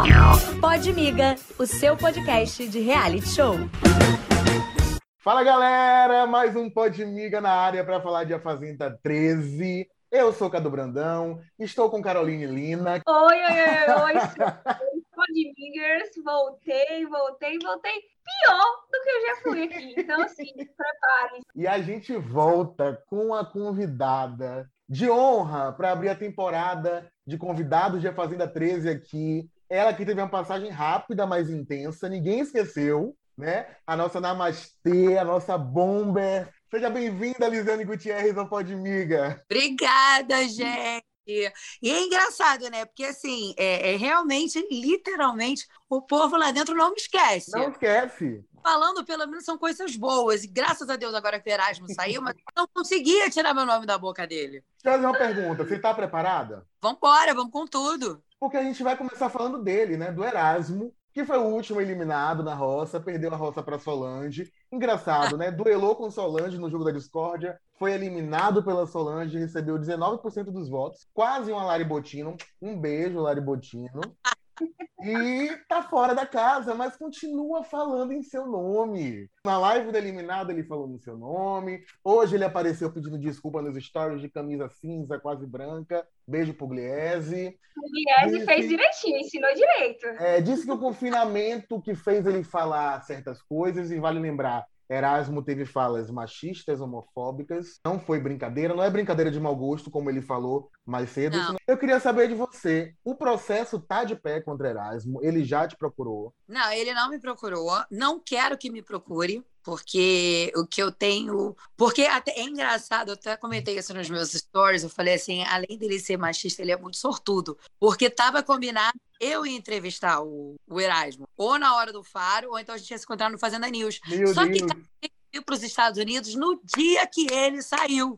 Podmiga, o seu podcast de reality show. Fala, galera! Mais um Podmiga na área para falar de A Fazenda 13. Eu sou Cadu Brandão, estou com Caroline Lina. Oi, Podmigers, voltei. Pior do que eu já fui aqui. Então, assim, prepare-se. E a gente volta com a convidada de honra para abrir a temporada de convidados de A Fazenda 13 aqui. Ela que teve uma passagem rápida, mas intensa, ninguém esqueceu, né? A nossa Namastê, a nossa Bomber. Seja bem-vinda, Lisiane Gutierrez, ao Podmiga. Obrigada, gente. E é engraçado, né? Porque, assim, realmente, literalmente, o povo lá dentro não me esquece. Não esquece. Falando, pelo menos, são coisas boas. E graças a Deus, agora que o Erasmo saiu, mas eu não conseguia tirar meu nome da boca dele. Deixa eu fazer uma pergunta. Você está preparada? Vambora, vamos com tudo. Porque a gente vai começar falando dele, né? Do Erasmo, que foi o último eliminado na roça, perdeu a roça para Solange. Engraçado, né? Duelou com Solange no jogo da discórdia, foi eliminado pela Solange, recebeu 19% dos votos, quase uma Lari Bottino. Um beijo, Lari Bottino. E tá fora da casa, mas continua falando em seu nome. Na live do eliminado ele falou no seu nome. Hoje ele apareceu pedindo desculpa nos stories de camisa cinza, quase branca. Beijo pro Gliese. O Gliese fez direitinho, ensinou direito. Disse que o confinamento que fez ele falar certas coisas, e vale lembrar, Erasmo teve falas machistas, homofóbicas. Não foi brincadeira, não é brincadeira de mau gosto, como ele falou mais cedo. Eu queria saber de você. O processo tá de pé contra Erasmo? Ele já te procurou? Não, ele não me procurou. Não quero que me procure, porque o que eu tenho... Porque até é engraçado, eu até comentei isso nos meus stories, eu falei assim, além dele ser machista, ele é muito sortudo. Porque estava combinado eu ia entrevistar o Erasmo, ou na hora do Faro, ou então a gente ia se encontrar no Fazenda News. Só que ele veio para os Estados Unidos no dia que ele saiu.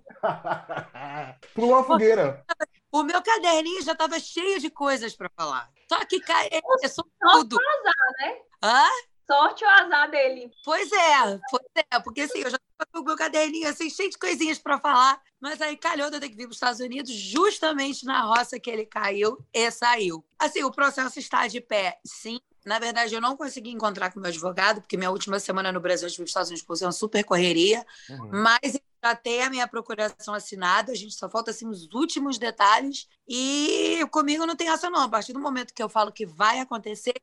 Pulou a fogueira. O meu caderninho já estava cheio de coisas para falar. Só que é sortudo. Sorte ou azar, né? Hã? Sorte ou azar dele. Pois é, porque assim, eu já estava com o meu caderninho assim, cheio de coisinhas para falar, mas aí calhou de eu ter que vir para os Estados Unidos justamente na roça que ele caiu e saiu. Assim, o processo está de pé, sim. Na verdade, eu não consegui encontrar com o meu advogado, porque minha última semana no Brasil, eu estive nos Estados Unidos por ser uma super correria, mas já tem a minha procuração assinada, a gente só falta assim, os últimos detalhes, e comigo não tem essa não. A partir do momento que eu falo que vai acontecer,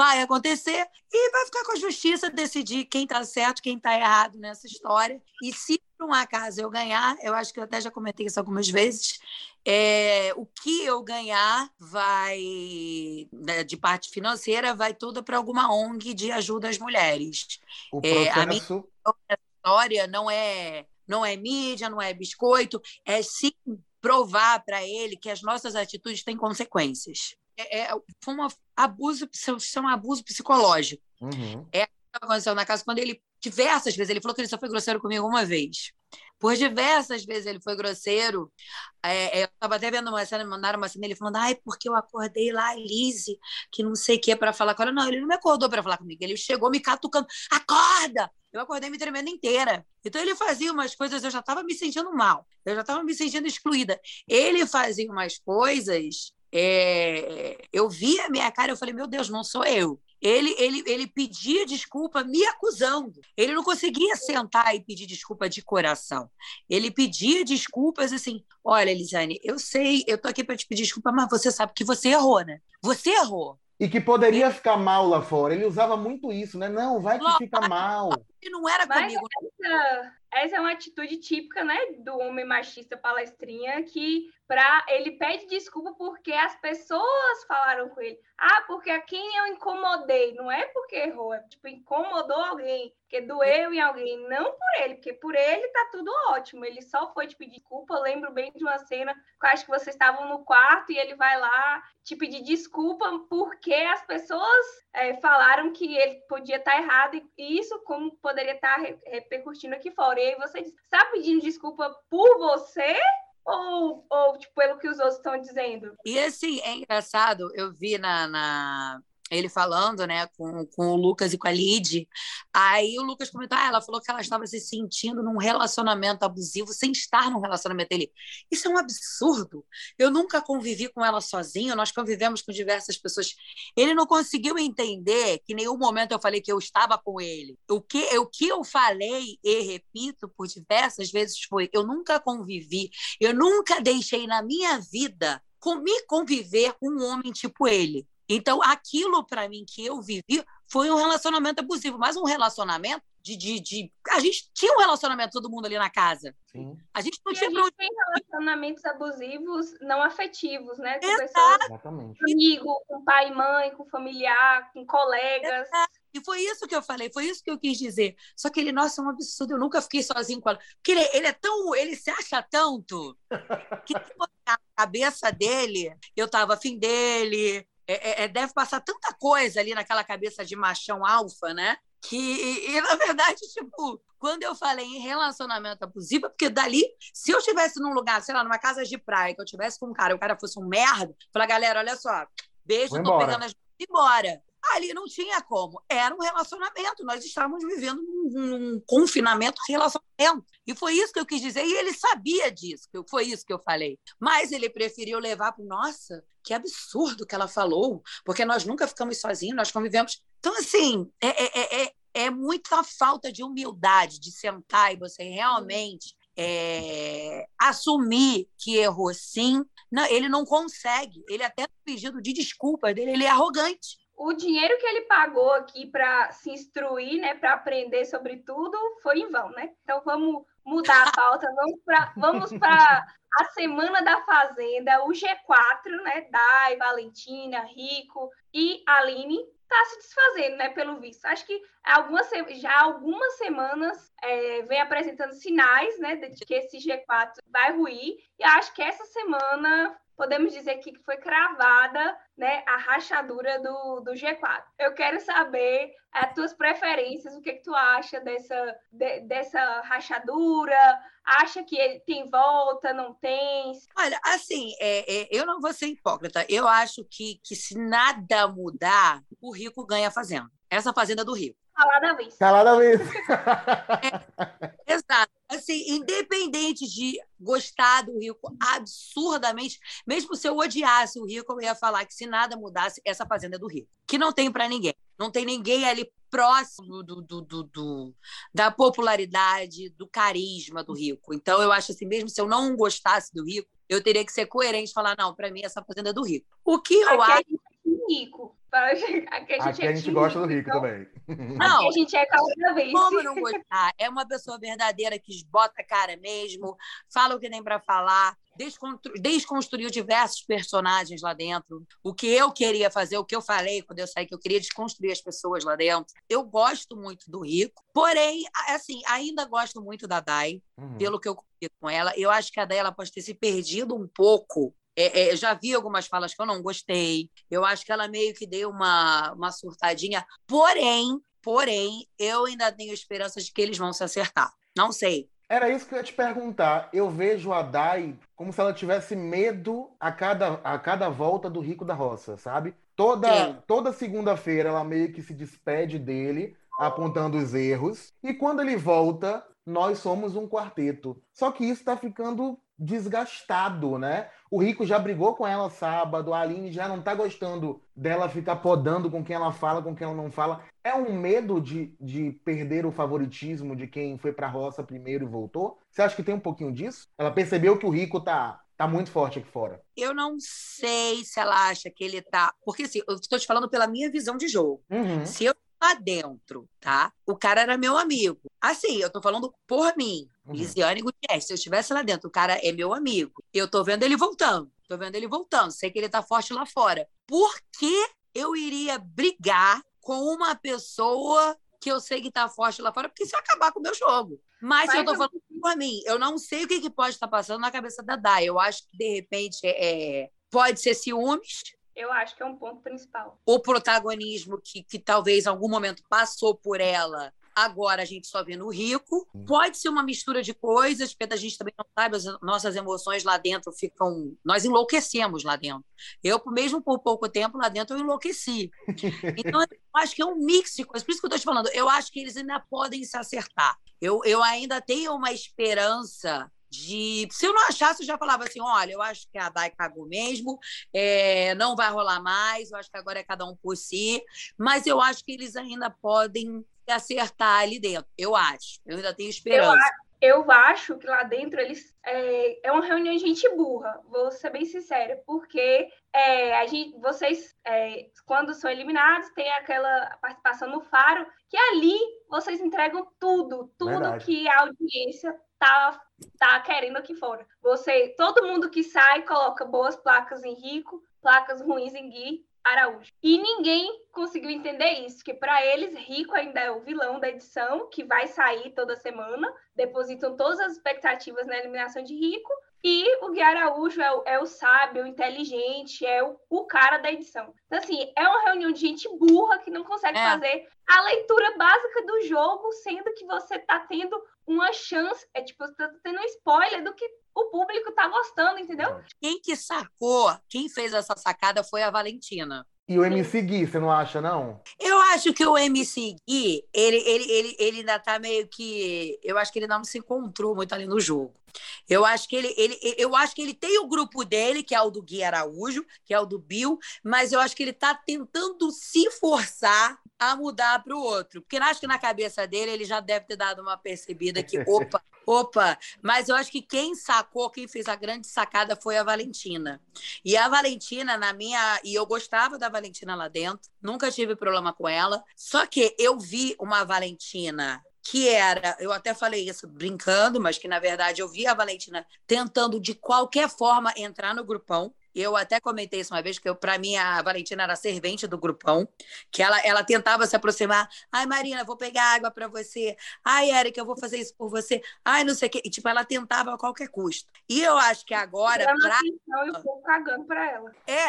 e vai ficar com a justiça decidir quem está certo, quem está errado nessa história. E se por um acaso eu ganhar, eu acho que eu até já comentei isso algumas vezes, o que eu ganhar vai, de parte financeira, vai tudo para alguma ONG de ajuda às mulheres. O processo... A minha história não é mídia, não é biscoito, é sim provar para ele que as nossas atitudes têm consequências. Foi um abuso psicológico. É o que aconteceu na casa quando ele, diversas vezes, ele falou que ele só foi grosseiro comigo uma vez. Por diversas vezes ele foi grosseiro. Eu estava até vendo uma cena, me mandaram uma cena, ele falando, porque eu acordei lá, Lise, que não sei o que, para falar com ela. Não, ele não me acordou para falar comigo, ele chegou me catucando, acorda! Eu acordei me tremendo inteira. Então ele fazia umas coisas, eu já estava me sentindo mal, eu já estava me sentindo excluída. Ele fazia umas coisas, eu via a minha cara, eu falei, meu Deus, não sou eu. Ele pedia desculpa me acusando. Ele não conseguia sentar e pedir desculpa de coração. Ele pedia desculpas assim, olha, Elisiane, eu sei, eu tô aqui para te pedir desculpa, mas você sabe que você errou, né? Você errou. E que poderia ficar mal lá fora. Ele usava muito isso, né? Não, vai que fica mal. Ele não era comigo. Essa é uma atitude típica, né, do homem machista palestrinha, que ele pede desculpa porque as pessoas falaram com ele. Porque a quem eu incomodei. Não é porque errou, é tipo, incomodou alguém, porque doeu em alguém. Não por ele, porque por ele tá tudo ótimo. Ele só foi te pedir desculpa. Eu lembro bem de uma cena que eu acho que vocês estavam no quarto e ele vai lá te pedir desculpa porque as pessoas falaram que ele podia estar errado e isso como poderia estar repercutindo aqui fora. E aí você diz, está pedindo desculpa por você ou tipo, pelo que os outros estão dizendo? E assim, é engraçado, eu vi ele falando, né, com o Lucas e com a Lid. Aí o Lucas comentou, ela falou que ela estava se sentindo num relacionamento abusivo sem estar num relacionamento. Ele, isso é um absurdo. Eu nunca convivi com ela sozinho, nós convivemos com diversas pessoas. Ele não conseguiu entender que em nenhum momento eu falei que eu estava com ele. O que eu falei e repito por diversas vezes foi, eu nunca convivi, eu nunca deixei na minha vida me conviver com um homem tipo ele. Então, aquilo para mim que eu vivi foi um relacionamento abusivo, mas um relacionamento de... A gente tinha um relacionamento, todo mundo ali na casa. Sim. A gente não E tinha... a gente tem relacionamentos abusivos não afetivos, né? Com Exato. pessoas, Exatamente. com amigo, com pai e mãe, com familiar, com colegas. E foi isso que eu falei, foi isso que eu quis dizer. Só que ele, nossa, é um absurdo, eu nunca fiquei sozinho com ela. Porque ele é tão... Ele se acha tanto que na cabeça dele, eu tava afim dele... deve passar tanta coisa ali naquela cabeça de machão alfa, né? Que, na verdade, tipo, quando eu falei em relacionamento abusivo, porque dali, se eu estivesse num lugar, sei lá, numa casa de praia, que eu estivesse com um cara e o cara fosse um merda, falar, galera, olha só, beijo, tô pegando as mãos e embora. Ali não tinha como. Era um relacionamento. Nós estávamos vivendo um confinamento relacionamento. E foi isso que eu quis dizer. E ele sabia disso. Foi isso que eu falei. Mas ele preferiu levar para... Nossa, que absurdo que ela falou. Porque nós nunca ficamos sozinhos, nós convivemos. Então, assim, é muita falta de humildade de sentar e você realmente... assumir que errou sim. Não, ele não consegue. Ele até no pedido de desculpas dele, ele é arrogante. O dinheiro que ele pagou aqui para se instruir, né, para aprender sobre tudo, foi em vão, né? Então vamos mudar a pauta, vamos para a Semana da Fazenda, o G4, né? Dai, Valentina, Rico e Aline está se desfazendo, né? Pelo visto. Acho que já há algumas semanas vem apresentando sinais, né, de que esse G4 vai ruir. E acho que essa semana podemos dizer aqui que foi cravada, né, a rachadura do G4. Eu quero saber as tuas preferências, o que tu acha dessa rachadura? Acha que ele tem volta, não tem? Olha, assim, eu não vou ser hipócrita. Eu acho que se nada mudar, o Rico ganha a Fazenda. Essa Fazenda do Rico. Calada vez. Calada vez. Exato. Assim, independente de gostar do Rico absurdamente, mesmo se eu odiasse o Rico, eu ia falar que se nada mudasse, essa Fazenda é do Rico. Que não tem para ninguém. Não tem ninguém ali próximo da popularidade, do carisma do Rico. Então, eu acho assim, mesmo se eu não gostasse do Rico, eu teria que ser coerente e falar, não, para mim, essa Fazenda é do Rico. O que eu acho... Rico. Aqui a gente gosta do Rico também. Não, aqui a gente é calada vez. Como não gostar? É uma pessoa verdadeira que bota a cara mesmo, fala o que tem para falar, desconstruiu diversos personagens lá dentro. O que eu queria fazer, o que eu falei quando eu saí, que eu queria desconstruir as pessoas lá dentro. Eu gosto muito do Rico, porém, assim, ainda gosto muito da Dai, pelo que eu convido com ela. Eu acho que a Dai ela pode ter se perdido um pouco. Eu já vi algumas falas que eu não gostei. Eu acho que ela meio que deu uma surtadinha. Porém, eu ainda tenho esperanças de que eles vão se acertar. Não sei. Era isso que eu ia te perguntar. Eu vejo a Dai como se ela tivesse medo a cada volta do Rico da Roça, sabe? Toda segunda-feira ela meio que se despede dele, apontando os erros. E quando ele volta, nós somos um quarteto. Só que isso tá ficando desgastado, né? O Rico já brigou com ela sábado, a Aline já não tá gostando dela ficar podando com quem ela fala, com quem ela não fala. É um medo de perder o favoritismo de quem foi pra roça primeiro e voltou? Você acha que tem um pouquinho disso? Ela percebeu que o Rico tá muito forte aqui fora. Eu não sei se ela acha que ele tá... Porque, assim, eu estou te falando pela minha visão de jogo. Se eu lá dentro, tá? O cara era meu amigo. Assim, eu tô falando por mim. Lisiane Gutierrez, se eu estivesse lá dentro, o cara é meu amigo. Eu tô vendo ele voltando. Sei que ele tá forte lá fora. Por que eu iria brigar com uma pessoa que eu sei que tá forte lá fora? Porque isso ia acabar com o meu jogo. Mas se eu tô falando por mim, eu não sei o que pode estar passando na cabeça da Dai. Eu acho que, de repente, pode ser ciúmes. Eu acho que é um ponto principal. O protagonismo que talvez em algum momento passou por ela Agora a gente só vê no Rico. Pode ser uma mistura de coisas, porque a gente também não sabe, as nossas emoções lá dentro ficam... Nós enlouquecemos lá dentro. Mesmo por pouco tempo lá dentro, eu enlouqueci. Então, eu acho que é um mix de coisas. Por isso que eu estou te falando, eu acho que eles ainda podem se acertar. Eu ainda tenho uma esperança de... Se eu não achasse, eu já falava assim, olha, eu acho que a Dai cagou mesmo, não vai rolar mais, eu acho que agora é cada um por si, mas eu acho que eles ainda podem se acertar ali dentro. Eu acho. Eu ainda tenho esperança. Eu acho que lá dentro eles é uma reunião de gente burra, vou ser bem sincera, porque vocês, quando são eliminados, tem aquela participação no Faro, que ali vocês entregam tudo Verdade. que a audiência tá querendo aqui fora. Todo mundo que sai coloca boas placas em Rico, placas ruins em Gui Araújo. E ninguém conseguiu entender isso, que para eles, Rico ainda é o vilão da edição, que vai sair toda semana, depositam todas as expectativas na eliminação de Rico, e o Gui Araújo é o sábio, o inteligente, é o cara da edição. Então, assim, é uma reunião de gente burra que não consegue fazer a leitura básica do jogo, sendo que você tá tendo uma chance, você tá tendo um spoiler do que o público tá gostando, entendeu? Quem fez essa sacada foi a Valentina. E o MC Gui, você não acha, não? Eu acho que o MC Gui, ele ainda tá meio que... Eu acho que ele ainda não se encontrou muito ali no jogo. Eu acho que ele tem o grupo dele, que é o do Gui Araújo, que é o do Bill, mas eu acho que ele tá tentando se forçar a mudar para o outro. Porque acho que na cabeça dele ele já deve ter dado uma percebida que, opa, mas eu acho que quem fez a grande sacada foi a Valentina. E a Valentina, e eu gostava da Valentina lá dentro, nunca tive problema com ela, só que eu vi uma Valentina que eu até falei isso brincando, mas que na verdade eu vi a Valentina tentando de qualquer forma entrar no grupão. Eu até comentei isso uma vez, que para mim a Valentina era a servente do grupão, que ela tentava se aproximar. Ai, Marina, vou pegar água para você. Ai, Érica, eu vou fazer isso por você. Ai, não sei o quê. E, ela tentava a qualquer custo. E eu acho que agora... E o povo cagando para ela.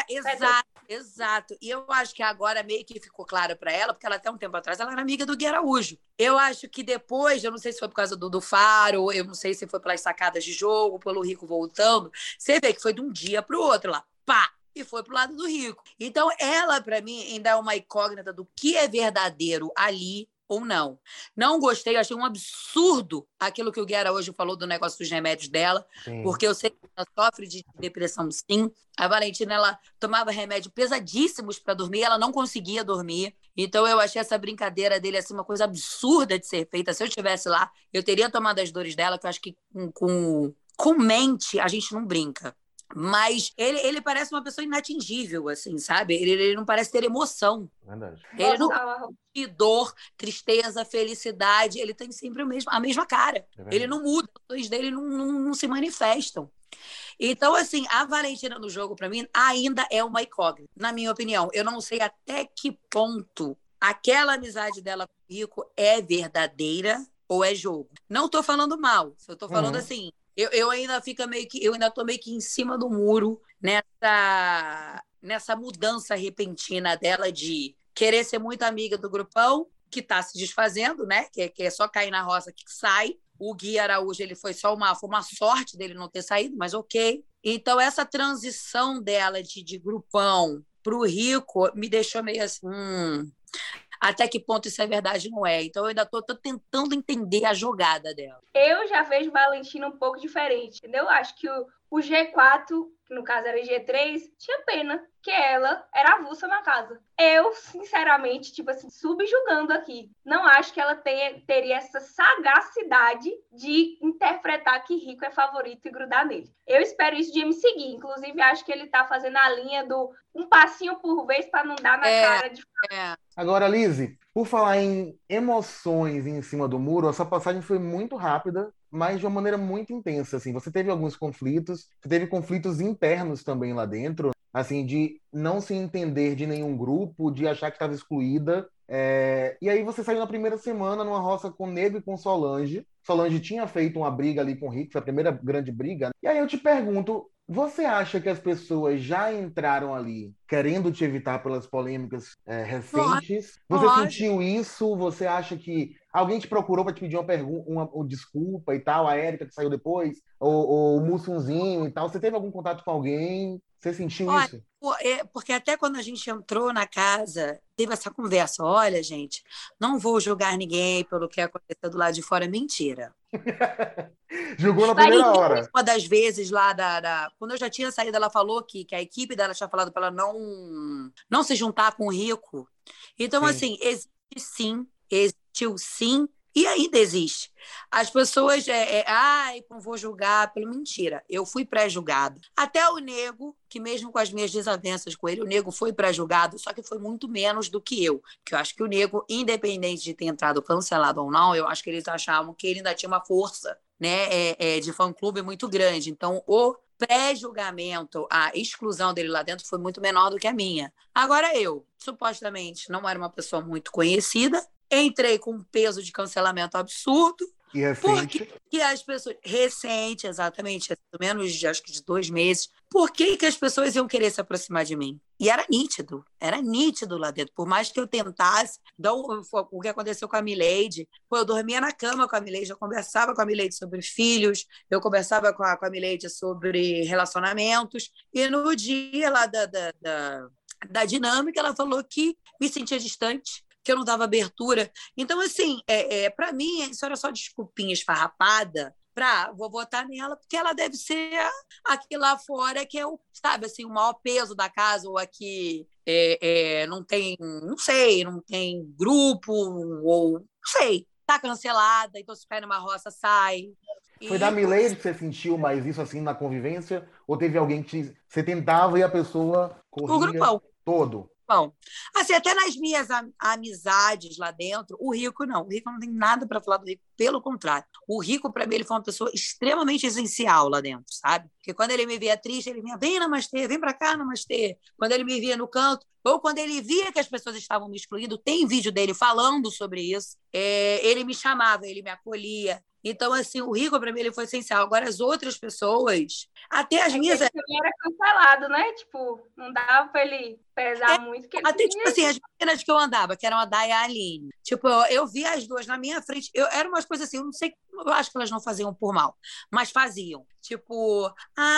Exato. E eu acho que agora meio que ficou claro para ela, porque ela até um tempo atrás ela era amiga do Gui Araújo. Eu acho que depois, eu não sei se foi por causa do Faro, eu não sei se foi pelas sacadas de jogo, pelo Rico voltando, você vê que foi de um dia para o outro lá, pá! E foi pro lado do Rico. Então, ela, para mim, ainda é uma incógnita do que é verdadeiro ali ou não. Não gostei, achei um absurdo aquilo que o Gui Araújo falou do negócio dos remédios dela, porque eu sei que ela sofre de depressão, sim. A Valentina, ela tomava remédios pesadíssimos para dormir, ela não conseguia dormir. Então, eu achei essa brincadeira dele assim, uma coisa absurda de ser feita. Se eu estivesse lá, eu teria tomado as dores dela, que eu acho que com mente a gente não brinca. Mas ele parece uma pessoa inatingível, assim, sabe? Ele não parece ter emoção. Verdade. Ele não tem dor, tristeza, felicidade. Ele tem sempre a mesma cara. Ele não muda, os dois dele não se manifestam. Então, assim, a Valentina no jogo, para mim, ainda é uma incógnita, na minha opinião. Eu não sei até que ponto aquela amizade dela com o Rico é verdadeira ou é jogo. Não tô falando mal, eu tô falando assim... Eu ainda tô meio que em cima do muro nessa mudança repentina dela de querer ser muito amiga do grupão, que está se desfazendo, né? Que é só cair na roça que sai. O Gui Araújo, ele foi uma sorte dele não ter saído, mas ok. Então, essa transição dela de grupão para o Rico me deixou meio assim... Até que ponto isso é verdade, não é? Então, eu ainda tô tentando entender a jogada dela. Eu já vejo Valentina um pouco diferente, entendeu? Acho que o G4, que no caso era G3, tinha pena, que ela era avulsa na casa. Eu, sinceramente, subjugando aqui, não acho que ela teria essa sagacidade de interpretar que Rico é favorito e grudar nele. Eu espero isso de me seguir. Inclusive, acho que ele tá fazendo a linha do um passinho por vez para não dar na cara de... Agora, Lizzy, por falar em emoções em cima do muro, essa passagem foi muito rápida, mas de uma maneira muito intensa, assim. Você teve alguns conflitos, você teve conflitos internos também lá dentro, assim, de não se entender de nenhum grupo, de achar que estava excluída. E aí você saiu na primeira semana numa roça com Nego e com Solange. Solange tinha feito uma briga ali com o Rico, foi a primeira grande briga. E aí eu te pergunto, você acha que as pessoas já entraram ali querendo te evitar pelas polêmicas recentes. Você Lógico. sentiu isso? Você acha que alguém te procurou para te pedir uma desculpa e tal? A Érica que saiu depois? Ou o Mussunzinho e tal? Você teve algum contato com alguém? Você sentiu Olha, isso? porque até quando a gente entrou na casa, teve essa conversa. Olha, gente, não vou julgar ninguém pelo que aconteceu do lado de fora. Mentira. Julgou na primeira Aí, hora. uma das vezes lá quando eu já tinha saído, ela falou que a equipe dela tinha falado para ela não se juntar com o Rico. Então, Sim. assim, existiu sim, e ainda existe. As pessoas, não vou julgar pelo mentira. Eu fui pré-julgado. Até o Nego, que mesmo com as minhas desavenças com ele, o Nego foi pré-julgado, só que foi muito menos do que eu. Porque eu acho que o Nego, independente de ter entrado cancelado ou não, eu acho que eles achavam que ele ainda tinha uma força, né, de fã-clube muito grande. Então, o pré-julgamento, a exclusão dele lá dentro foi muito menor do que a minha. Agora eu, supostamente, não era uma pessoa muito conhecida, entrei com um peso de cancelamento absurdo, E recente. porque as pessoas... Recente, exatamente, menos acho que de 2 meses. Por que as pessoas iam querer se aproximar de mim? E era nítido lá dentro. Por mais que eu tentasse, o que aconteceu com a Milady, eu dormia na cama com a Milady, eu conversava com a Milady sobre filhos, eu conversava com a Milady sobre relacionamentos, e no dia lá da dinâmica, ela falou que me sentia distante, que eu não dava abertura. Então, assim, para mim, isso era só desculpinha esfarrapada vou votar nela, porque ela deve ser aqui lá fora que é sabe, assim, o maior peso da casa, ou aqui não tem, não tem grupo, ou não sei, tá cancelada, então se cai numa roça, sai. Foi da Milady que você sentiu mais isso assim na convivência? Ou teve alguém que você tentava e a pessoa O corria grupão. todo? Bom, assim, até nas minhas amizades lá dentro, o Rico não tem nada para falar do Rico, pelo contrário. O Rico, para mim, ele foi uma pessoa extremamente essencial lá dentro, sabe? Porque quando ele me via triste, ele vinha, vem namastê, vem para cá, namastê. Quando ele me via no canto, ou quando ele via que as pessoas estavam me excluindo, tem vídeo dele falando sobre isso, ele me chamava, ele me acolhia. Então, assim, o Rico, para mim, ele foi essencial. Agora, as outras pessoas, até as minhas... Ele também era cancelado, né? Tipo, não dava pra ele pesar muito. Que ele até, tipo assim, as meninas que eu andava, que eram a Day e a Aline. Tipo, eu via as duas na minha frente. Eram umas coisas assim, eu não sei, eu acho que elas não faziam por mal, mas faziam. Tipo,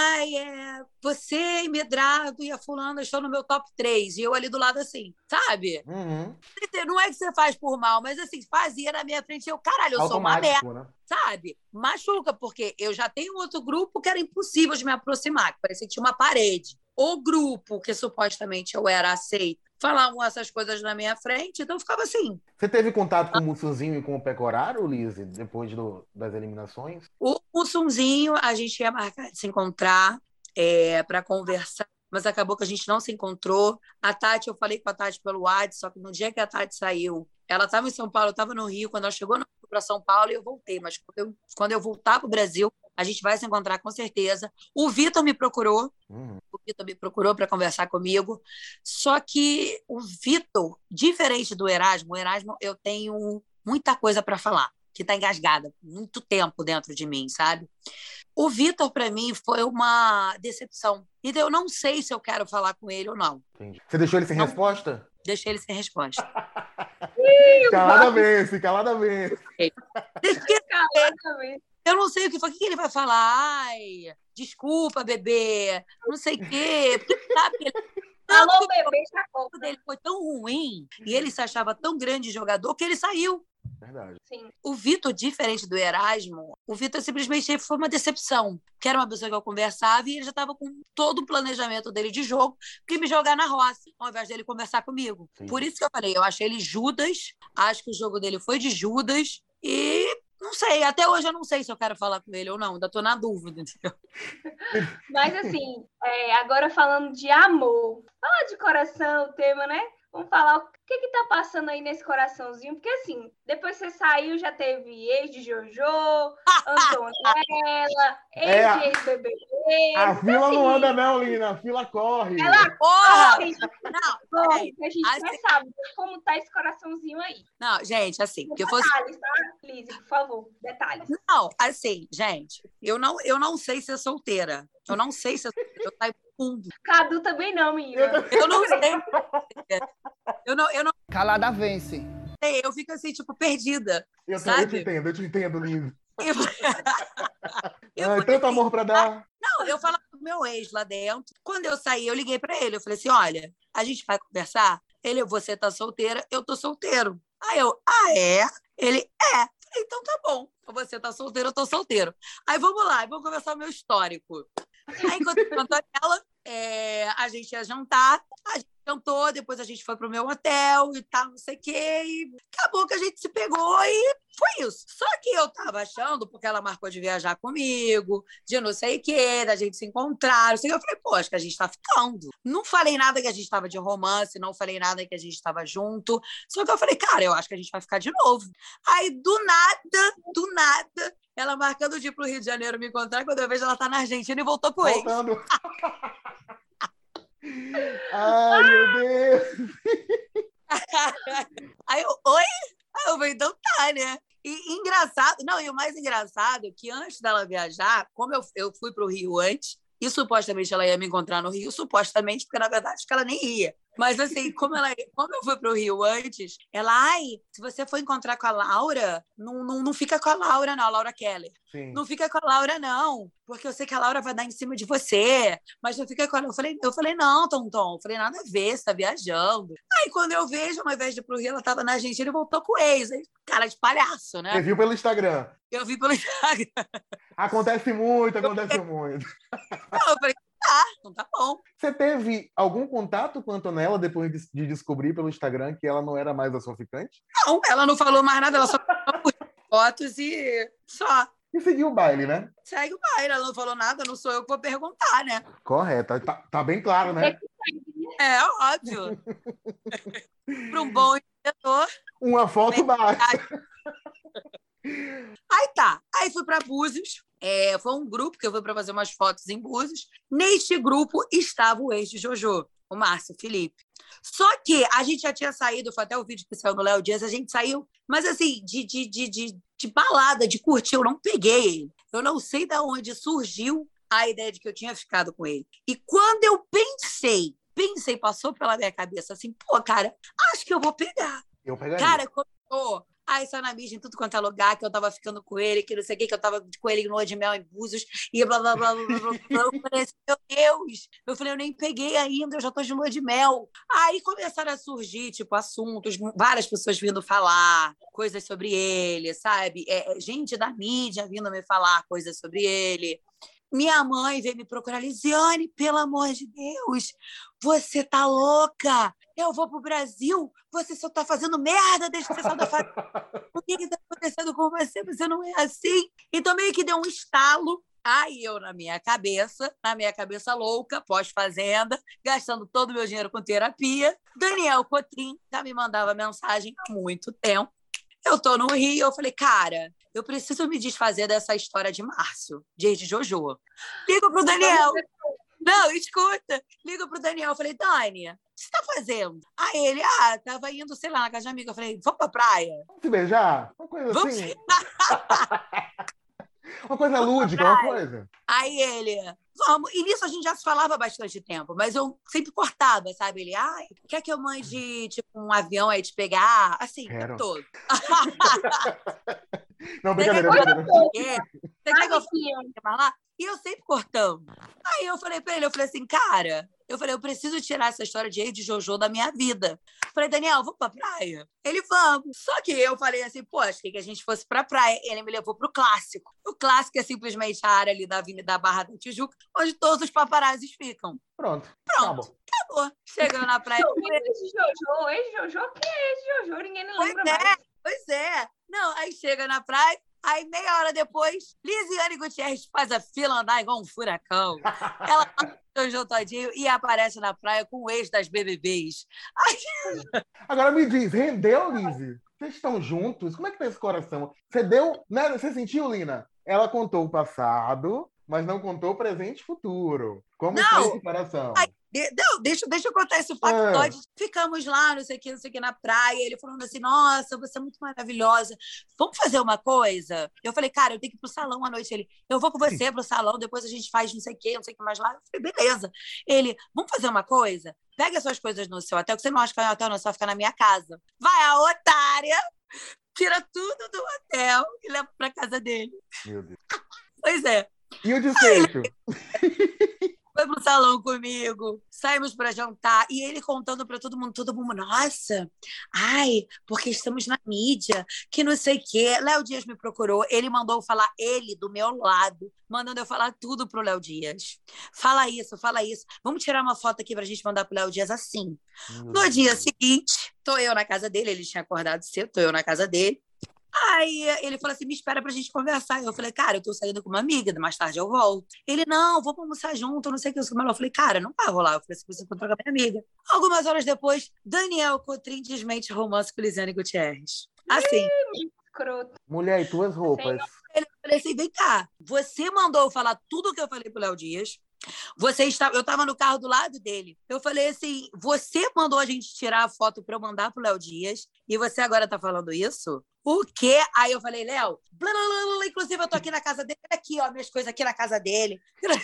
você, Medrado e a fulana estão no meu top 3. E eu ali do lado assim, sabe? Uhum. Não é que você faz por mal, mas assim, fazia na minha frente. Eu, caralho, eu sou uma merda. Né? Sabe? Machuca, porque eu já tenho outro grupo que era impossível de me aproximar, que parecia que tinha uma parede. O grupo que supostamente eu era aceita falavam essas coisas na minha frente, então eu ficava assim. Você teve contato com o Mussunzinho e com o Pecoraro, Lizzy, depois das eliminações? O Mussunzinho, a gente ia marcar de se encontrar para conversar, mas acabou que a gente não se encontrou. A Tati, eu falei com a Tati pelo WhatsApp, só que no dia que a Tati saiu, ela estava em São Paulo, eu estava no Rio, quando ela chegou para São Paulo, eu voltei, mas quando eu voltar para o Brasil, a gente vai se encontrar com certeza. O Vitor me procurou, para conversar comigo, só que o Vitor, diferente do Erasmo, eu tenho muita coisa para falar, que está engasgada, muito tempo dentro de mim, sabe? O Vitor, para mim, foi uma decepção. Então, eu não sei se eu quero falar com ele ou não. Entendi. Você deixou ele sem resposta? Deixei ele sem resposta. Caladamente. Eu não sei o que foi. O que ele vai falar? Ai, desculpa, bebê. Não sei o quê. Porque, sabe, alô, bebê, o dele foi tão ruim e ele se achava tão grande jogador que ele saiu. Verdade. Sim. O Vitor, diferente do Erasmo, o Vitor simplesmente foi uma decepção. Que era uma pessoa que eu conversava e ele já estava com todo o planejamento dele de jogo que me jogar na roça, ao invés dele conversar comigo. Sim. Por isso que eu falei, eu achei ele Judas, acho que o jogo dele foi de Judas e não sei, até hoje eu não sei se eu quero falar com ele ou não, ainda estou na dúvida, entendeu? Mas assim, agora falando de amor, fala de coração, o tema, né? Vamos falar o que tá passando aí nesse coraçãozinho, porque assim, depois que você saiu, já teve ex de Jojo, Antonella, ex de ex-BBB. A fila assim, não anda não, Lina, a fila corre. Ela corre! Não, a gente quer saber como tá esse coraçãozinho aí. Não, gente, assim, que detalhes, fosse... tá, Lizzy, por favor, detalhes. Não, assim, gente, eu não sei ser solteira. Eu não sei ser solteira. Eu saio pro mundo. Cadu também não, menina. Eu não sei. Eu não Calada vence. sei. Eu fico assim, tipo, perdida. Eu sabe? te entendo, Liz. Eu Ai, tanto amor pra dar. Não, eu falava pro meu ex lá dentro. Quando eu saí, eu liguei pra ele. Eu falei assim, olha, a gente vai conversar? Ele, você tá solteira, eu tô solteiro. Aí eu, é? Ele, é. Falei, então tá bom. Você tá solteiro, eu tô solteiro. Aí vamos lá, vamos conversar o meu histórico. Aí, enquanto eu canto ela, a gente ia jantar, a gente jantou, depois a gente foi pro meu hotel e tal, não sei o quê, e acabou que a gente se pegou e foi isso. Só que eu tava achando, porque ela marcou de viajar comigo, de não sei o quê, da gente se encontrar, não sei o quê. Eu falei, pô, acho que a gente tá ficando. Não falei nada que a gente tava de romance, não falei nada que a gente tava junto, só que eu falei, cara, eu acho que a gente vai ficar de novo. Aí, do nada, ela marcando de ir pro Rio de Janeiro me encontrar, quando eu vejo ela tá na Argentina e voltou com ele. Voltando. Ai, meu Deus. Aí eu, oi? Aí eu falei, então tá, né? E engraçado, não, e o mais engraçado é que antes dela viajar, como eu fui pro Rio antes, e supostamente ela ia me encontrar no Rio, supostamente, porque na verdade acho que ela nem ia. Mas assim, como eu fui pro Rio antes, ela, se você for encontrar com a Laura, não fica com a Laura, não, a Laura Keller. Sim. Não fica com a Laura, não, porque eu sei que a Laura vai dar em cima de você, mas não fica com ela. Eu falei, não, Tom, eu falei, nada a ver, você tá viajando. Aí quando eu vejo, ao invés de ir pro Rio, ela tava na Argentina e voltou com o ex. Aí, cara de palhaço, né? Você viu pelo Instagram? Eu vi pelo Instagram. Acontece muito. Não, eu falei, tá, então tá bom. Você teve algum contato com a Antonella depois de descobrir pelo Instagram que ela não era mais a sua ficante? Não, ela não falou mais nada, ela só postou fotos e só. E seguiu o baile, né? Segue o baile, ela não falou nada, não sou eu que vou perguntar, né? Correto, tá bem claro, né? É, óbvio. Para um bom diretor. Uma foto basta. Aí tá, aí fui para Búzios, foi um grupo que eu fui para fazer umas fotos em Búzios. Neste grupo estava o ex de Jojo, o Márcio Felipe. Só que a gente já tinha saído, foi até o vídeo que saiu no Léo Dias, a gente saiu, mas assim, de balada, de curtir, eu não peguei ele. Eu não sei de onde surgiu a ideia de que eu tinha ficado com ele. E quando eu pensei, passou pela minha cabeça assim, pô, cara, acho que eu vou pegar. Eu pegaria. Cara, começou a isso na mídia, em tudo quanto é lugar, que eu tava ficando com ele, que não sei o que eu tava com ele no lua de mel em Búzios, e blá, blá, blá, blá, blá, blá. Eu falei assim, meu Deus! Eu falei, eu nem peguei ainda, eu já tô de lua de mel. Aí começaram a surgir, tipo, assuntos, várias pessoas vindo falar coisas sobre ele, sabe? Gente da mídia vindo me falar coisas sobre ele. Minha mãe veio me procurar, Lisiane, pelo amor de Deus, você tá louca? Eu vou pro Brasil, você só tá fazendo merda desde que você saiu da família. O que tá acontecendo com você? Você não é assim? Então meio que deu um estalo. Aí eu, na minha cabeça louca, pós-fazenda, gastando todo o meu dinheiro com terapia, Daniel Cotrim já me mandava mensagem há muito tempo. Eu tô no Rio, eu falei, cara, eu preciso me desfazer dessa história de Márcio, de Jojo. Ligo pro Daniel. Não, escuta. Ligo pro Daniel. Eu falei, Dani, o que você tá fazendo? Aí ele, tava indo, sei lá, na casa de amiga. Eu falei, vamos pra praia? Vamos se beijar? Uma coisa Vamos assim? Uma coisa lúdica, uma coisa. Aí ele, vamos. E nisso a gente já se falava há bastante tempo, mas eu sempre cortava, sabe? Ele, quer que eu mande tipo, um avião aí te pegar? Assim, o tempo todo. Não, brincadeira. Você quer que eu falar? E eu sempre cortando. Aí eu falei pra ele, eu falei assim, cara, eu preciso tirar essa história de ex de Jojo da minha vida. Eu falei, Daniel, vamos pra praia? Ele, vamos. Só que eu falei assim, pô, achei que a gente fosse pra praia. Ele me levou pro Clássico. O Clássico é simplesmente a área ali da Avenida Barra da Tijuca, onde todos os paparazzis ficam. Pronto. Acabou. Chegando na praia. Ex de Jojo? Quem é ex de Jojo? Ninguém não lembra mais. Pois é. Não, aí chega na praia, aí meia hora depois, Lisiane Gutierrez faz a fila andar igual um furacão. Ela passa o Jojo todinho e aparece na praia com o ex das BBBs. Agora me diz, rendeu, Lizzy? Vocês estão juntos? Como é que tá esse coração? Você deu, né? Você sentiu, Lina? Ela contou o passado, mas não contou presente e futuro. Como Não. foi a separação? Não, deixa eu contar esse factoide. Ficamos lá, não sei o que, na praia. Ele falando assim, nossa, você é muito maravilhosa. Vamos fazer uma coisa? Eu falei, cara, eu tenho que ir pro salão à noite. Ele, eu vou com você pro salão, depois a gente faz não sei o que mais lá. Eu falei, beleza. Ele, vamos fazer uma coisa? Pega suas coisas no seu hotel, que você não acha que é um hotel, não, você vai ficar na minha casa. Vai, a otária, tira tudo do hotel e leva pra casa dele. Meu Deus. Pois é. E o desfecho? Foi pro salão comigo, saímos para jantar, e ele contando para todo mundo, nossa, ai, porque estamos na mídia, que não sei o quê. Léo Dias me procurou, ele mandou falar, ele do meu lado, mandando eu falar tudo pro Léo Dias. Fala isso, vamos tirar uma foto aqui pra gente mandar pro Léo Dias assim. No dia seguinte, tô eu na casa dele, ele tinha acordado cedo, tô eu na casa dele. Aí ele falou assim, me espera pra gente conversar. Eu falei, cara, eu tô saindo com uma amiga, mais tarde eu volto. Ele, não, vamos almoçar junto, não sei o que. Eu falei, cara, não vai rolar. Eu falei, você encontrou com a minha amiga. Algumas horas depois, Daniel Cotrim desmente romance com Lisiane Gutierrez. Assim. Escroto. Mulher, e tuas roupas? Eu falei assim, vem cá, você mandou eu falar tudo o que eu falei pro Léo Dias. Eu estava no carro do lado dele. Eu falei assim, você mandou a gente tirar a foto para eu mandar pro Léo Dias e você agora tá falando isso? O quê? Aí eu falei, Léo, inclusive eu tô aqui na casa dele, aqui, ó, minhas coisas aqui na casa dele.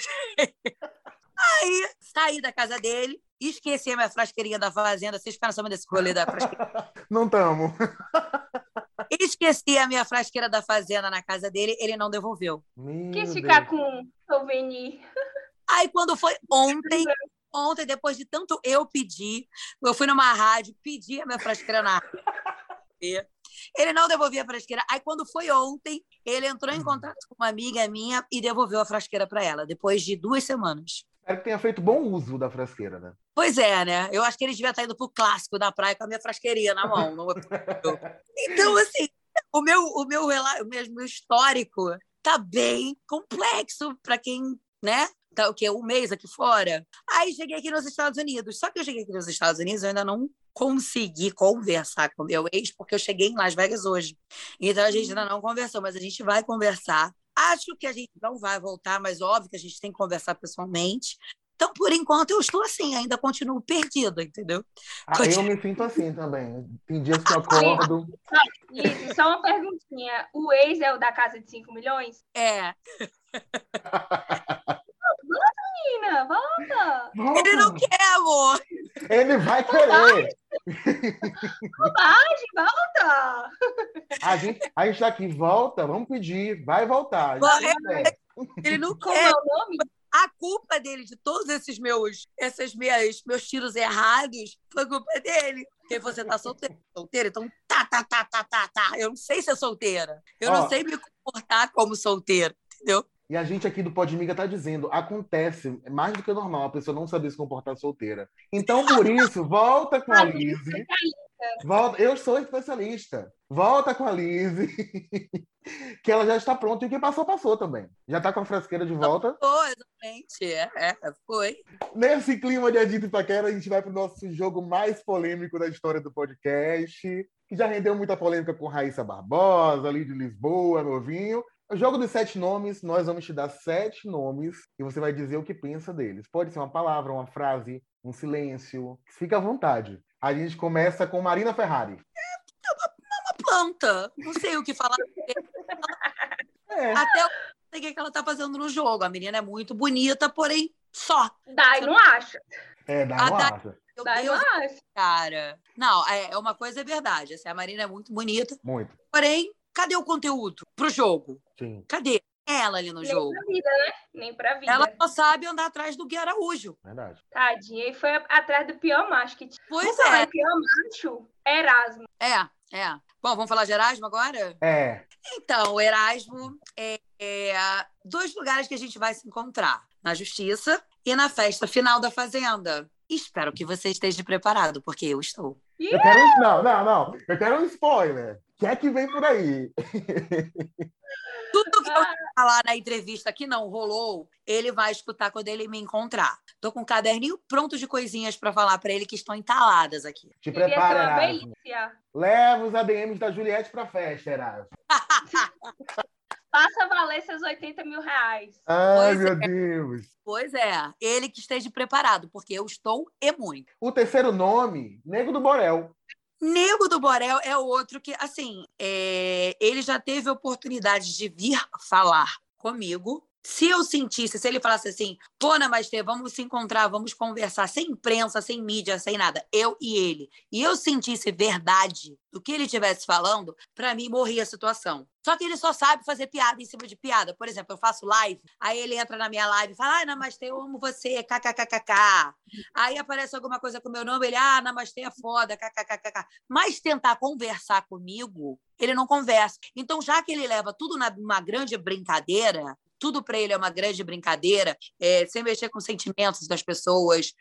Aí saí da casa dele, esqueci a minha frasqueirinha da fazenda. Vocês ficaram sabendo desse rolê da frasqueirinha? Não tamo. Esqueci a minha frasqueira da fazenda na casa dele, ele não devolveu. Quis ficar com souvenir. Aí, quando foi ontem, depois de tanto eu pedir, eu fui numa rádio, pedi a minha frasqueira na rádio. Ele não devolvia a frasqueira. Aí, quando foi ontem, ele entrou em contato com uma amiga minha e devolveu a frasqueira para ela, depois de 2 semanas. Espero que tenha feito bom uso da frasqueira, né? Pois é, né? Eu acho que ele devia estar indo pro clássico da praia com a minha frasqueirinha na mão. Então, assim, o meu histórico tá bem complexo para quem, né? Tá, o quê? Um mês aqui fora. Aí cheguei aqui nos Estados Unidos. Só que eu cheguei aqui nos Estados Unidos, eu ainda não consegui conversar com o meu ex, porque eu cheguei em Las Vegas hoje. Então a gente ainda não conversou, mas a gente vai conversar. Acho que a gente não vai voltar, mas óbvio que a gente tem que conversar pessoalmente. Então, por enquanto, eu estou assim, ainda continuo perdida, entendeu? Eu me sinto assim também. Tem dias que eu acordo. Isso, só uma perguntinha. O ex é o da casa de 5 milhões? É. Menina, volta! Ele não quer, amor! Ele vai querer! Bobagem, volta! A gente tá aqui, volta, vamos pedir, vai voltar. Ele não Como quer. é o nome? A culpa dele, de todos esses meus tiros errados, foi culpa dele. Porque você tá solteira, então tá. Eu não sei ser solteira. Eu não sei me comportar como solteira, entendeu? E a gente aqui do Podmiga tá dizendo, acontece, é mais do que normal a pessoa não saber se comportar solteira. Então, por isso, volta com a Lizzy. Volta, eu sou especialista. Volta com a Lizzy, que ela já está pronta. E o que passou, passou também. Já tá com a frasqueira de volta. Foi, exatamente. Foi. Nesse clima de Adito e Paquera, a gente vai pro nosso jogo mais polêmico da história do podcast, que já rendeu muita polêmica com Raíssa Barbosa, ali de Lisboa, novinho. O jogo dos 7 nomes, nós vamos te dar 7 nomes e você vai dizer o que pensa deles. Pode ser uma palavra, uma frase, um silêncio. Fica à vontade. A gente começa com Marina Ferrari. É uma planta. Não sei o que falar. Até eu não sei o que ela tá fazendo no jogo. A menina é muito bonita, porém só. Dai não acha. Dai não acha. Meu Dai Deus, não acha. cara. Não, uma coisa é verdade. Assim, a Marina é muito bonita. Muito. Porém, cadê o conteúdo pro jogo? Sim. Cadê ela ali no jogo? Nem pra vida, né? Nem pra vida. Ela só sabe andar atrás do Gui Araújo. Verdade. Tadinha. E foi atrás do pior macho que tinha. Pois Não, é. O pior macho é Erasmo. É. Bom, vamos falar de Erasmo agora? Então, o Erasmo é 2 lugares que a gente vai se encontrar. Na Justiça e na festa final da Fazenda. Espero que você esteja preparado, porque eu estou. Eu quero... Não. Eu quero um spoiler. O que é que vem por aí? Tudo que eu falar na entrevista que não rolou, ele vai escutar quando ele me encontrar. Tô com um caderninho pronto de coisinhas para falar para ele que estão entaladas aqui. Te prepara, Erasmo. Delícia. Leva os ADMs da Juliette pra festa, Erasmo. Faça valer seus 80 mil reais. Ai, Pois meu é. Deus. Pois é, ele que esteja preparado, porque eu estou e muito. O terceiro nome, Nego do Borel. Nego do Borel é outro que, assim, ele já teve oportunidade de vir falar comigo. Se eu sentisse, se ele falasse assim, pô, Namastê, vamos se encontrar, vamos conversar, sem imprensa, sem mídia, sem nada, eu e ele, e eu sentisse verdade do que ele estivesse falando, para mim morria a situação. Só que ele só sabe fazer piada em cima de piada. Por exemplo, eu faço live, aí ele entra na minha live e fala, ai, Namastê, eu amo você, kkkk. Aí aparece alguma coisa com o meu nome, ele, Namastê é foda, kkkk. Mas tentar conversar comigo, ele não conversa. Então, já que ele leva tudo numa grande brincadeira, tudo para ele é uma grande brincadeira, sem mexer com os sentimentos das pessoas,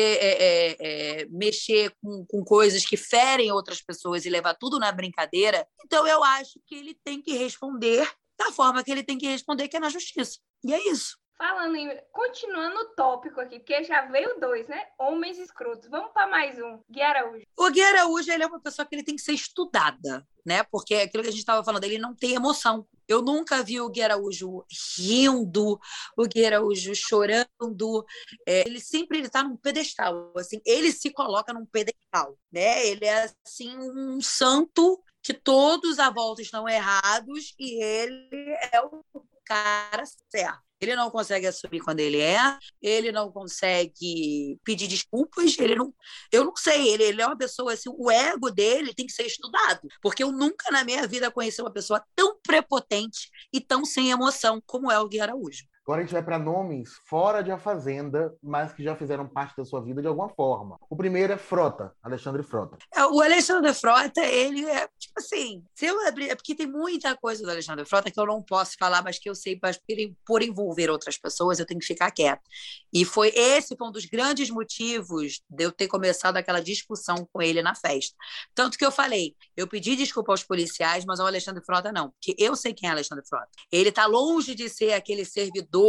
você mexer com coisas que ferem outras pessoas e levar tudo na brincadeira. Então, eu acho que ele tem que responder da forma que ele tem que responder, que é na justiça. E é isso. Continuando o tópico aqui, porque já veio 2, né? Homens escrotos. Vamos para mais um. Gui Araújo. O Gui Araújo, ele é uma pessoa que ele tem que ser estudada, né? Porque aquilo que a gente estava falando, ele não tem emoção. Eu nunca vi o Gui Araújo rindo, o Gui Araújo chorando. Ele sempre está num pedestal, assim. Ele se coloca num pedestal, né? Ele é, assim, um santo que todos à volta estão errados e ele é o cara certo. Ele não consegue assumir quando ele não consegue pedir desculpas, eu não sei, ele é uma pessoa assim, o ego dele tem que ser estudado, porque eu nunca na minha vida conheci uma pessoa tão prepotente e tão sem emoção como é o Gui Araújo. Agora a gente vai para nomes fora de A Fazenda, mas que já fizeram parte da sua vida de alguma forma. O primeiro é Frota, Alexandre Frota. O Alexandre Frota, ele é, tipo assim, se eu abrir, é porque tem muita coisa do Alexandre Frota que eu não posso falar, mas que eu sei, mas por envolver outras pessoas, eu tenho que ficar quieta. E foi um dos grandes motivos de eu ter começado aquela discussão com ele na festa. Tanto que eu falei, eu pedi desculpa aos policiais, mas ao Alexandre Frota não, porque eu sei quem é Alexandre Frota. Ele está longe de ser aquele servidor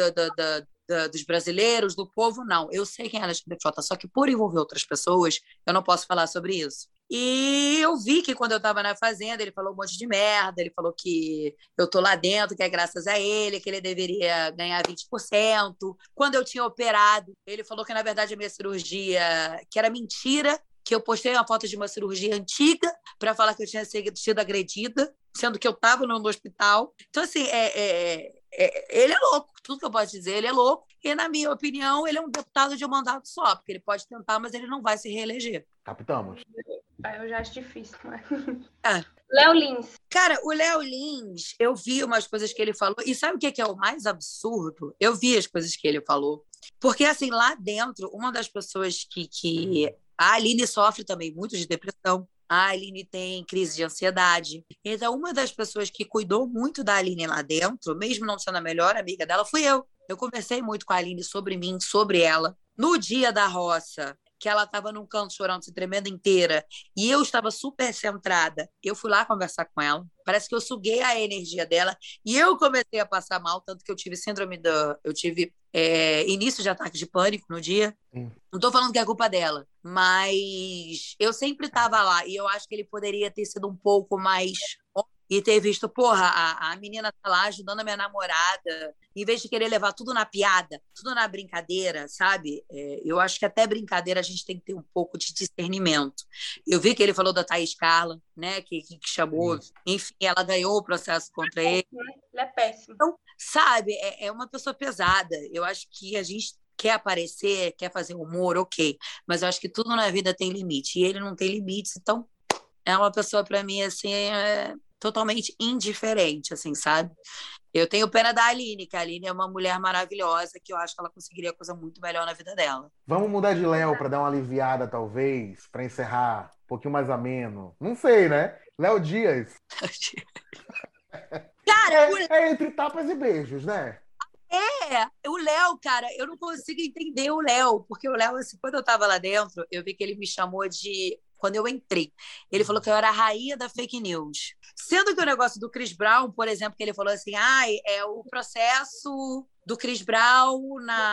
dos brasileiros, do povo, não. Eu sei quem é Alexandre Frota, só que por envolver outras pessoas, eu não posso falar sobre isso. E eu vi que quando eu estava na Fazenda, ele falou um monte de merda, ele falou que eu tô lá dentro, que é graças a ele, que ele deveria ganhar 20%. Quando eu tinha operado, ele falou que, na verdade, a minha cirurgia, que era mentira, que eu postei uma foto de uma cirurgia antiga para falar que eu tinha sido agredida, sendo que eu estava no hospital. Então, assim, ele é louco, tudo que eu posso dizer, ele é louco. E, na minha opinião, ele é um deputado de um mandato só, porque ele pode tentar, mas ele não vai se reeleger. Captamos. Eu já acho difícil, mas... É. Léo Lins. Cara, o Léo Lins, eu vi umas coisas que ele falou, e sabe o que é o mais absurdo? Eu vi as coisas que ele falou. Porque, assim, lá dentro, uma das pessoas que a Aline sofre também muito de depressão. A Aline tem crise de ansiedade. Então, uma das pessoas que cuidou muito da Aline lá dentro, mesmo não sendo a melhor amiga dela, fui eu. Eu conversei muito com a Aline sobre mim, sobre ela. No dia da roça, que ela estava num canto chorando, se tremendo inteira, e eu estava super centrada, eu fui lá conversar com ela. Parece que eu suguei a energia dela e eu comecei a passar mal, tanto que eu tive início de ataque de pânico no dia. Não estou falando que é culpa dela, mas eu sempre estava lá e eu acho que ele poderia ter sido um pouco mais... E ter visto, porra, a menina tá lá ajudando a minha namorada, em vez de querer levar tudo na piada, tudo na brincadeira, sabe? Eu acho que até brincadeira a gente tem que ter um pouco de discernimento. Eu vi que ele falou da Thaís Carla, né, que chamou, enfim, ela ganhou o processo contra ele. Ele é péssimo. Então, sabe, é uma pessoa pesada. Eu acho que a gente quer aparecer, quer fazer humor, ok, mas eu acho que tudo na vida tem limite, e ele não tem limites, então é uma pessoa, para mim, assim, totalmente indiferente, assim, sabe? Eu tenho pena da Aline, que a Aline é uma mulher maravilhosa, que eu acho que ela conseguiria coisa muito melhor na vida dela. Vamos mudar de Léo para dar uma aliviada, talvez, para encerrar um pouquinho mais ameno. Não sei, né? Léo Dias. Cara, é entre tapas e beijos, né? O Léo, cara, eu não consigo entender o Léo, porque o Léo, assim, quando eu tava lá dentro, eu vi que ele me chamou de... Quando eu entrei, ele falou que eu era a rainha da fake news. Sendo que o negócio do Chris Brown, por exemplo, que ele falou assim, é o processo do Chris Brown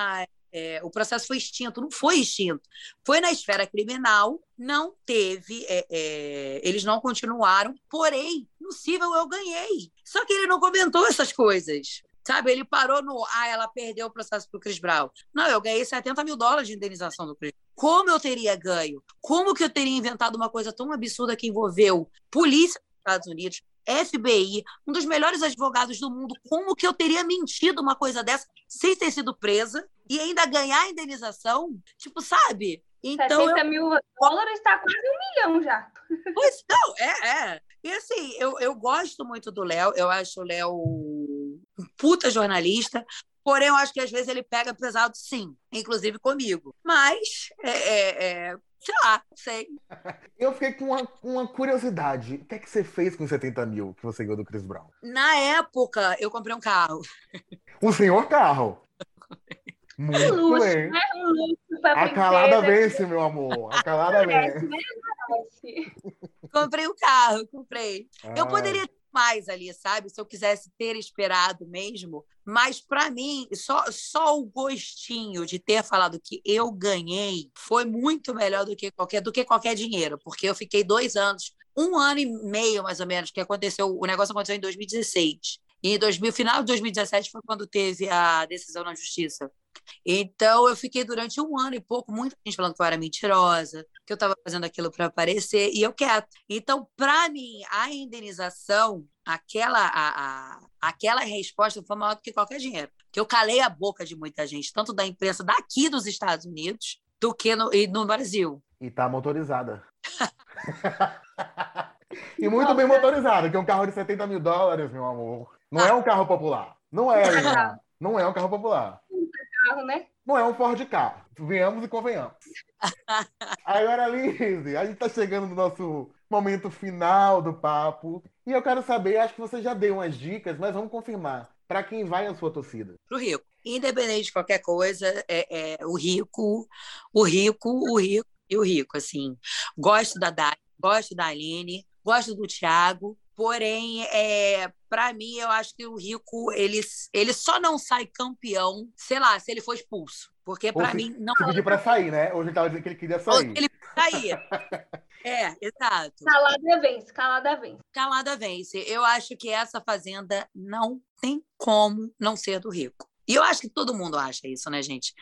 O processo foi extinto, não foi extinto. Foi na esfera criminal, não teve, eles não continuaram, porém, no cível eu ganhei. Só que ele não comentou essas coisas. Sabe, ele parou ela perdeu o processo pro Chris Brown. Não, eu ganhei $70 mil de indenização do Chris Brown. Como eu teria ganho? Como que eu teria inventado uma coisa tão absurda que envolveu polícia dos Estados Unidos, FBI, um dos melhores advogados do mundo? Como que eu teria mentido uma coisa dessa sem ter sido presa e ainda ganhar a indenização? Tipo, sabe? Então, $70 mil está quase $1 milhão já. Pois não, E assim, eu gosto muito do Léo, eu acho o Léo um puta jornalista, porém eu acho que às vezes ele pega pesado, sim, inclusive comigo. Mas, sei lá, não sei. Eu fiquei com uma curiosidade. O que é que você fez com os 70 mil que você ganhou do Chris Brown? Na época, eu comprei um carro. Um senhor carro. Muito luxo, bem. Né? Um luxo pra A calada vence, meu amor. A calada vence. Comprei um carro, comprei. Eu Ai. poderia ter mais ali, sabe? Se eu quisesse ter esperado mesmo. Mas, para mim, só o gostinho de ter falado que eu ganhei foi muito melhor do que qualquer dinheiro. Porque eu fiquei 2 anos, 1 ano e meio, mais ou menos, que o negócio aconteceu em 2016. E final de 2017 foi quando teve a decisão na justiça. Então, eu fiquei durante 1 ano e pouco, muita gente falando que eu era mentirosa, que eu estava fazendo aquilo para aparecer, e eu quieto. Então, para mim, a indenização, aquela resposta foi maior do que qualquer dinheiro. Porque eu calei a boca de muita gente, tanto da imprensa daqui dos Estados Unidos, do que no Brasil. E tá motorizada. E muito bem motorizada, que é um carro de $70 mil, meu amor. Não é um carro popular. Não é, Lina. Não é um carro popular. Carro, né? Não é um Ford Ka. Venhamos e convenhamos. Agora, Liz, a gente tá chegando no nosso momento final do papo. E eu quero saber, acho que você já deu umas dicas, mas vamos confirmar. Para quem vai a sua torcida? Pro Rico. Independente de qualquer coisa, o rico e o rico, assim. Gosto da Dai, gosto da Aline, gosto do Thiago, porém, para mim, eu acho que o Rico, ele só não sai campeão, sei lá, se ele for expulso. Porque, para mim, não... Se pedir para sair, né? Hoje ele estava dizendo que ele queria sair. Ou ele sair. Exato. Calada vence, calada vence. Calada vence. Eu acho que essa Fazenda não tem como não ser do Rico. E eu acho que todo mundo acha isso, né, gente?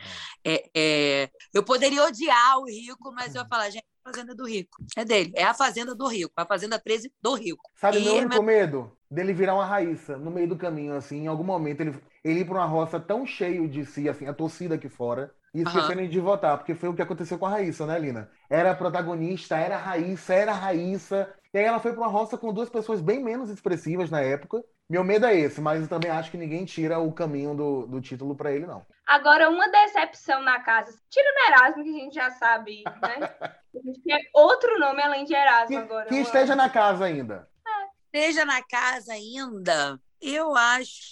Eu poderia odiar o Rico, mas eu ia falar, gente, a Fazenda é do Rico. É dele. É a Fazenda do Rico. A Fazenda 13 do Rico. Sabe, meu único medo? Dele virar uma Raíssa no meio do caminho, assim, em algum momento ele ir para uma roça tão cheio de si, assim, a torcida aqui fora, e esquecerem de votar, porque foi o que aconteceu com a Raíssa, né, Lina? Era protagonista, era Raíssa, e aí ela foi para uma roça com 2 pessoas bem menos expressivas na época. Meu medo é esse, mas eu também acho que ninguém tira o caminho do título para ele, não. Agora, uma decepção na casa. Tira o Erasmo, que a gente já sabe, né? A gente quer outro nome além de Erasmo agora. Que esteja na casa ainda. Esteja na casa ainda, eu acho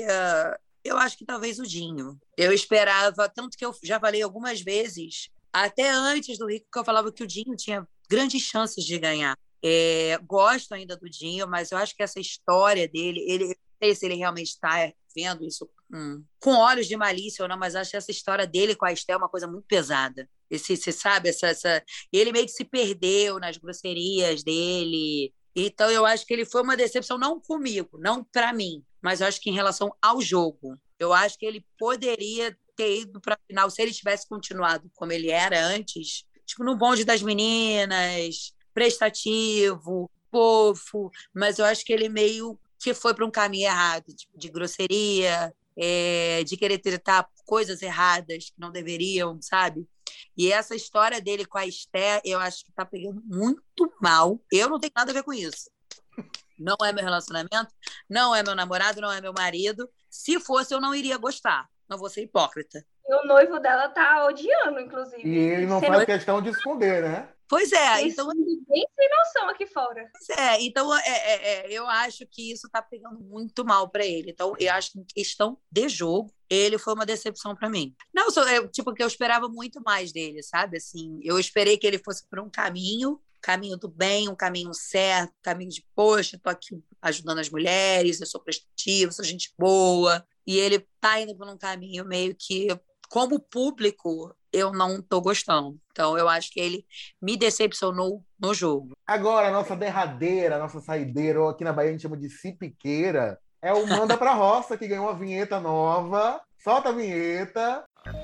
que talvez o Dinho. Eu esperava, tanto que eu já falei algumas vezes, até antes do Rico, que eu falava que o Dinho tinha grandes chances de ganhar. Gosto ainda do Dinho, mas eu acho que essa história dele, não sei se ele realmente está vendo isso com olhos de malícia ou não, mas acho que essa história dele com a Estel é uma coisa muito pesada. Você sabe, ele meio que se perdeu nas grosserias dele. Então, eu acho que ele foi uma decepção, não comigo, não para mim, mas eu acho que em relação ao jogo. Eu acho que ele poderia ter ido para a final se ele tivesse continuado como ele era antes, tipo no bonde das meninas, prestativo, fofo, mas eu acho que ele meio que foi para um caminho errado, tipo, de grosseria, de querer tratar coisas erradas que não deveriam, sabe? E essa história dele com a Esté, eu acho que tá pegando muito mal. Eu não tenho nada a ver com isso. Não é meu relacionamento, não é meu namorado, não é meu marido. Se fosse, eu não iria gostar. Não vou ser hipócrita. E o noivo dela tá odiando, inclusive. E ele não faz questão de esconder, né? Pois é, isso, então... ninguém tem noção aqui fora. Pois então eu acho que isso tá pegando muito mal para ele. Então, eu acho que em questão de jogo, ele foi uma decepção para mim. Não, tipo, que eu esperava muito mais dele, sabe? Assim, eu esperei que ele fosse por um caminho do bem, um caminho certo, um caminho de, poxa, tô aqui ajudando as mulheres, eu sou prestativa, sou gente boa. E ele tá indo por um caminho meio que como público, eu não tô gostando. Então, eu acho que ele me decepcionou no jogo. Agora, a nossa derradeira, a nossa saideira, ou aqui na Bahia a gente chama de cipiqueira, é o Manda Pra Roça, que ganhou uma vinheta nova. Solta a vinheta.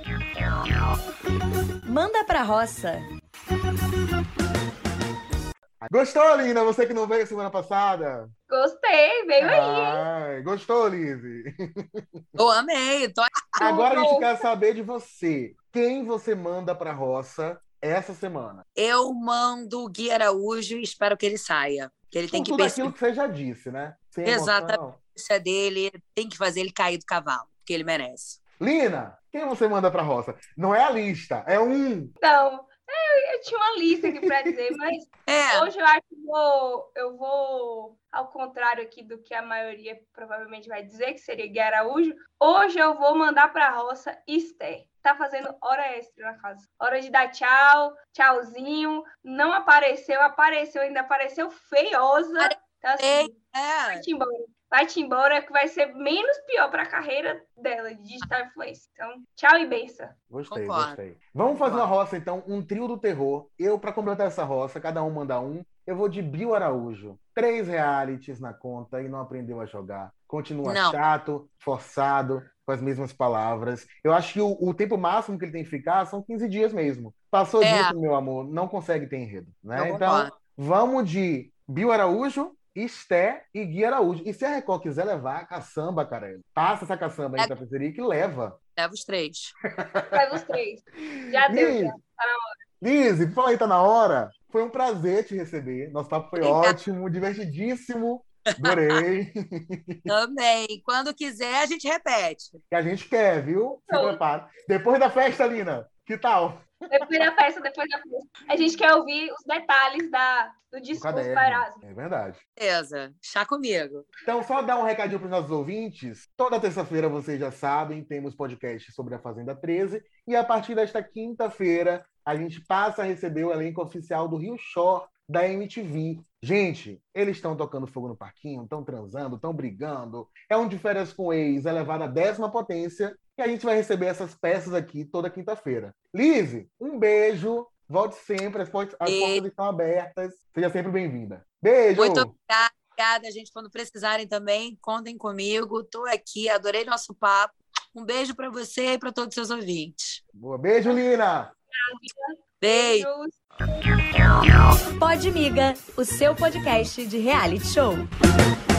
Manda Pra Roça. Gostou, Alina? Você que não veio semana passada? Gostei, veio aí. Ai, gostou, Lizzy? Eu amei. Agora a gente quer saber de você. Quem você manda pra roça essa semana? Eu mando o Gui Araújo e espero que ele saia. Que ele tem Com que tudo perceber aquilo que você já disse, né? Sem exatamente emoção. a dele, tem que fazer ele cair do cavalo, porque ele merece. Lina, quem você manda pra roça? Não é a lista, é um. Então, eu tinha uma lista aqui para dizer, mas hoje eu acho que eu vou, ao contrário aqui do que a maioria provavelmente vai dizer, que seria Gui Araújo, hoje eu vou mandar para a roça Esther. Tá fazendo hora extra na casa. Hora de dar tchau, tchauzinho. Não apareceu, ainda apareceu feiosa. Então, assim, vai-te embora. Vai-te embora, que vai ser menos pior para a carreira dela, de digital influencer. Então, tchau e benção. Gostei, Concordo. gostei. Vamos fazer uma roça, então, um trio do terror. Eu, para completar essa roça, cada um manda um. Eu vou de Bill Araújo. 3 realities na conta e não aprendeu a jogar. Continua chato, forçado, com as mesmas palavras. Eu acho que o tempo máximo que ele tem que ficar são 15 dias mesmo. Passou disso, meu amor, não consegue ter enredo. Né? Então, vamos de Bill Araújo, Esther e Gui Araújo. E se a Record quiser levar a caçamba, cara, passa essa caçamba aí pra Tapecerica e leva. Leva os 3. Leva os 3. Já deu, já. Tá na hora. Lizzy, por falar aí, tá na hora. Foi um prazer te receber. Nosso papo foi ótimo, divertidíssimo. Adorei. Também. Quando quiser, a gente repete. Que a gente quer, viu? Se prepara. Depois da festa, Lina, que tal? Depois da festa. A gente quer ouvir os detalhes do discurso do Erasmo. É verdade. Beleza. Chá comigo. Então, só dar um recadinho para os nossos ouvintes. Toda terça-feira, vocês já sabem, temos podcast sobre a Fazenda 13. E a partir desta quinta-feira, a gente passa a receber o elenco oficial do Rio Shore, da MTV. Gente, eles estão tocando fogo no parquinho, estão transando, estão brigando. É um de férias com ex, é levado à 10ª potência. E a gente vai receber essas peças aqui toda quinta-feira. Lizzy, um beijo. Volte sempre, as portas estão abertas. Seja sempre bem-vinda. Beijo! Muito obrigada, gente. Quando precisarem também, contem comigo. Estou aqui, adorei nosso papo. Um beijo para você e para todos os seus ouvintes. Boa. Beijo, Lina! Beijo! Pode Miga, o seu podcast de reality show.